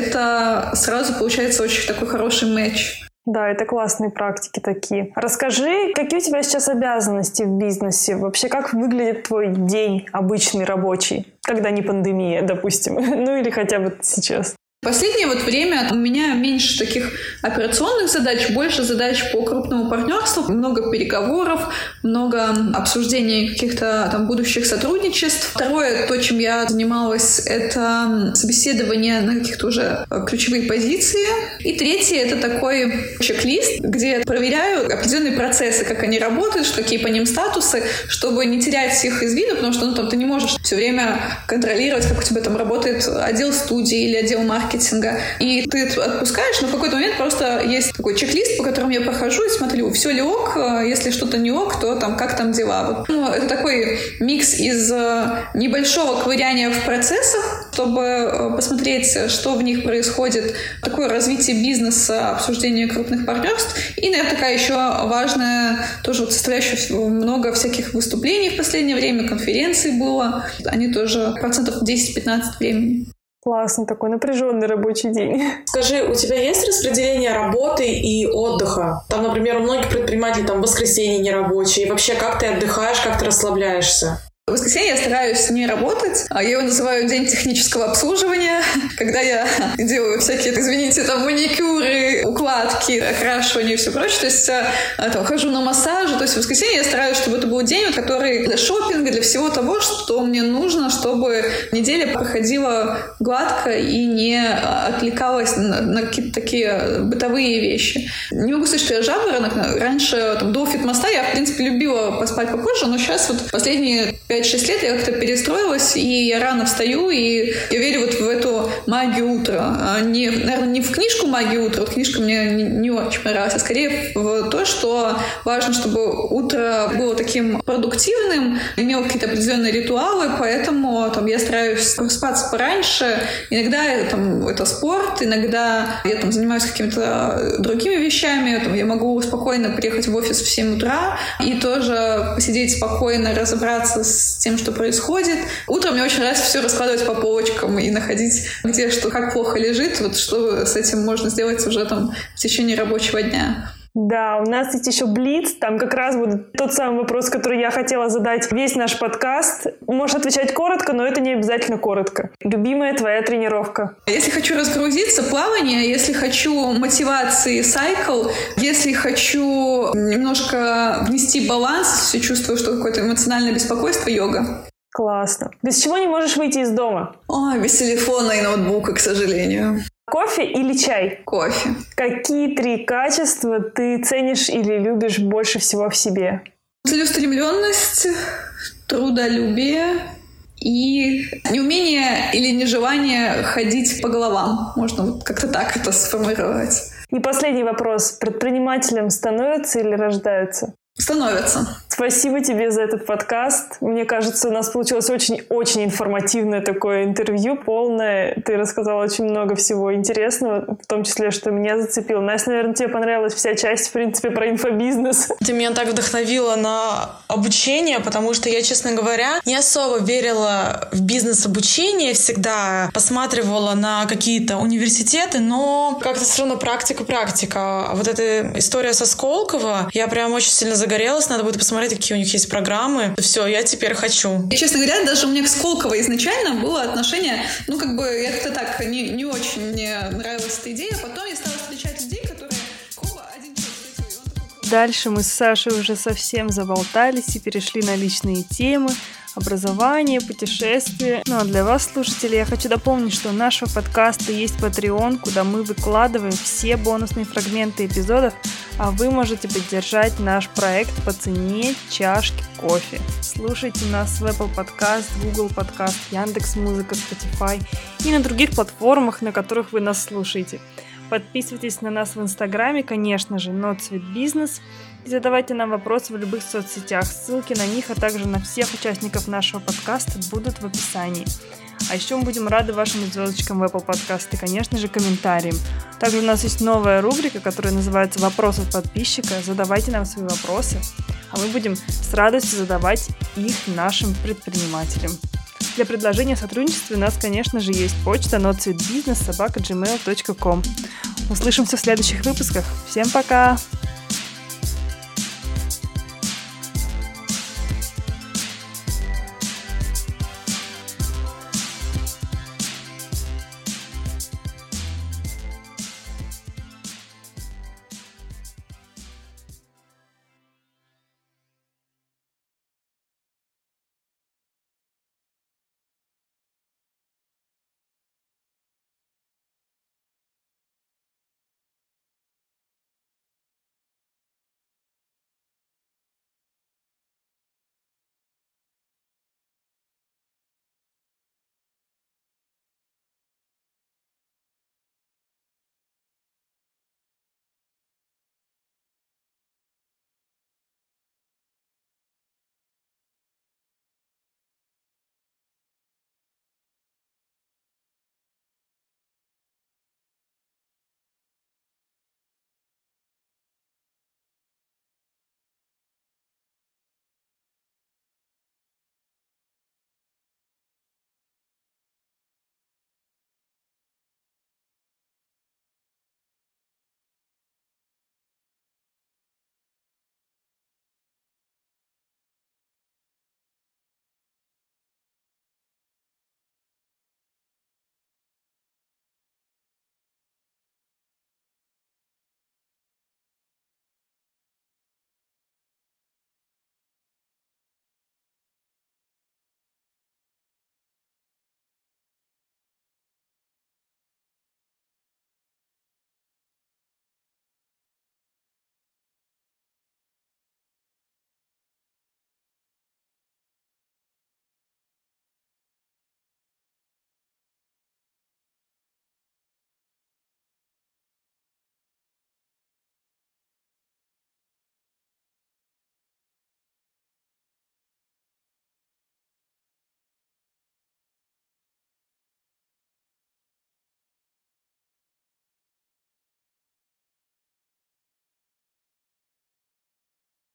это сразу получается очень такой хороший матч. Да, это классные практики такие. Расскажи, какие у тебя сейчас обязанности в бизнесе? Вообще, как выглядит твой день обычный рабочий, когда не пандемия, допустим? Ну или хотя бы сейчас. В последнее вот время у меня меньше таких операционных задач, больше задач по крупному партнерству, много переговоров, много обсуждений каких-то там будущих сотрудничеств. Второе, то, чем я занималась, это собеседование на каких-то уже ключевые позиции. И третье, это такой чек-лист, где я проверяю определенные процессы, как они работают, какие по ним статусы, чтобы не терять их из виду, потому что там ты не можешь все время контролировать, как у тебя там работает отдел студии или отдел маркетинга, маркетинга. И ты это отпускаешь, но в какой-то момент просто есть такой чек-лист, по которому я прохожу и смотрю, все ли ок, если что-то не ок, то там как там дела. Это такой микс из небольшого ковыряния в процессах, чтобы посмотреть, что в них происходит, такое развитие бизнеса, обсуждение крупных партнерств. И, наверное, такая еще важная тоже составляющая, много всяких выступлений в последнее время, конференций было. Они тоже 10-15% времени. Классно, такой напряженный рабочий день. Скажи, у тебя есть распределение работы и отдыха? Там, например, у многих предпринимателей там воскресенье нерабочие. И вообще, как ты отдыхаешь, как ты расслабляешься? В воскресенье я стараюсь не работать. Я его называю день технического обслуживания, когда я делаю всякие, извините, там маникюры, укладки, окрашивание и все прочее. То есть там, хожу на массажи. То есть в воскресенье я стараюсь, чтобы это был день, который для шопинга, для всего того, что мне нужно, чтобы неделя проходила гладко и не отвлекалась на какие-то такие бытовые вещи. Не могу сказать, что я жаворонок. Раньше, там, до фитмоста я, в принципе, любила поспать попозже, но сейчас вот последние 5-6 лет я как-то перестроилась, и я рано встаю, и я верю вот в эту магию утра. Наверное, не в книжку «Магия утра», вот книжка мне не очень понравилась, а скорее в то, что важно, чтобы утро было таким продуктивным, имело какие-то определенные ритуалы, поэтому там, я стараюсь просыпаться пораньше. Иногда это спорт, иногда я там занимаюсь какими-то другими вещами, я могу спокойно приехать в офис в 7 утра и тоже посидеть спокойно, разобраться с тем, что происходит. Утром мне очень нравится все раскладывать по полочкам и находить, где что, как плохо лежит, вот что с этим можно сделать уже там в течение рабочего дня. Да, у нас есть еще блиц, там как раз будет тот самый вопрос, который я хотела задать весь наш подкаст. Можешь отвечать коротко, но это не обязательно коротко. Любимая твоя тренировка? Если хочу разгрузиться, плавание. Если хочу мотивации, сайкл. Если хочу немножко внести баланс, все чувствую, что какое-то эмоциональное беспокойство, йога. Классно. Без чего не можешь выйти из дома? Без телефона и ноутбука, к сожалению. Кофе или чай? Кофе. Какие 3 качества ты ценишь или любишь больше всего в себе? Целеустремленность, трудолюбие и неумение или нежелание ходить по головам. Можно вот как-то так это сформулировать. И последний вопрос. Предпринимателем становятся или рождаются? Становятся. Спасибо тебе за этот подкаст. Мне кажется, у нас получилось очень-очень информативное такое интервью, полное. Ты рассказала очень много всего интересного, в том числе, что меня зацепило. Настя, наверное, тебе понравилась вся часть, в принципе, про инфобизнес. Ты меня так вдохновила на обучение, потому что я, честно говоря, не особо верила в бизнес-обучение, всегда посматривала на какие-то университеты, но как-то все равно практика. А вот эта история со Сколково, я прям очень сильно загорелась, надо будет посмотреть, какие у них есть программы. Все, я теперь хочу. И, честно говоря, даже у меня к Сколково изначально было отношение, я как-то так не очень мне нравилась эта идея, а потом я стала встречать людей, которые один человек встретил, и он такой... Дальше мы с Сашей уже совсем заболтались и перешли на личные темы, образование, путешествия. Ну а для вас, слушатели, я хочу дополнить, что у нашего подкаста есть Patreon, куда мы выкладываем все бонусные фрагменты эпизодов, а вы можете поддержать наш проект по цене чашки кофе. Слушайте нас в Apple Podcast, Google Podcast, Яндекс.Музыка, Spotify и на других платформах, на которых вы нас слушаете. Подписывайтесь на нас в Инстаграме, конечно же, NoTsweetBusiness. И задавайте нам вопросы в любых соцсетях. Ссылки на них, а также на всех участников нашего подкаста будут в описании. А еще мы будем рады вашим звездочкам в Apple Podcast и, конечно же, комментариям. Также у нас есть новая рубрика, которая называется «Вопросы от подписчика». Задавайте нам свои вопросы, а мы будем с радостью задавать их нашим предпринимателям. Для предложения о сотрудничестве у нас, конечно же, есть почта notsuitbusiness@gmail.com. Услышимся в следующих выпусках. Всем пока!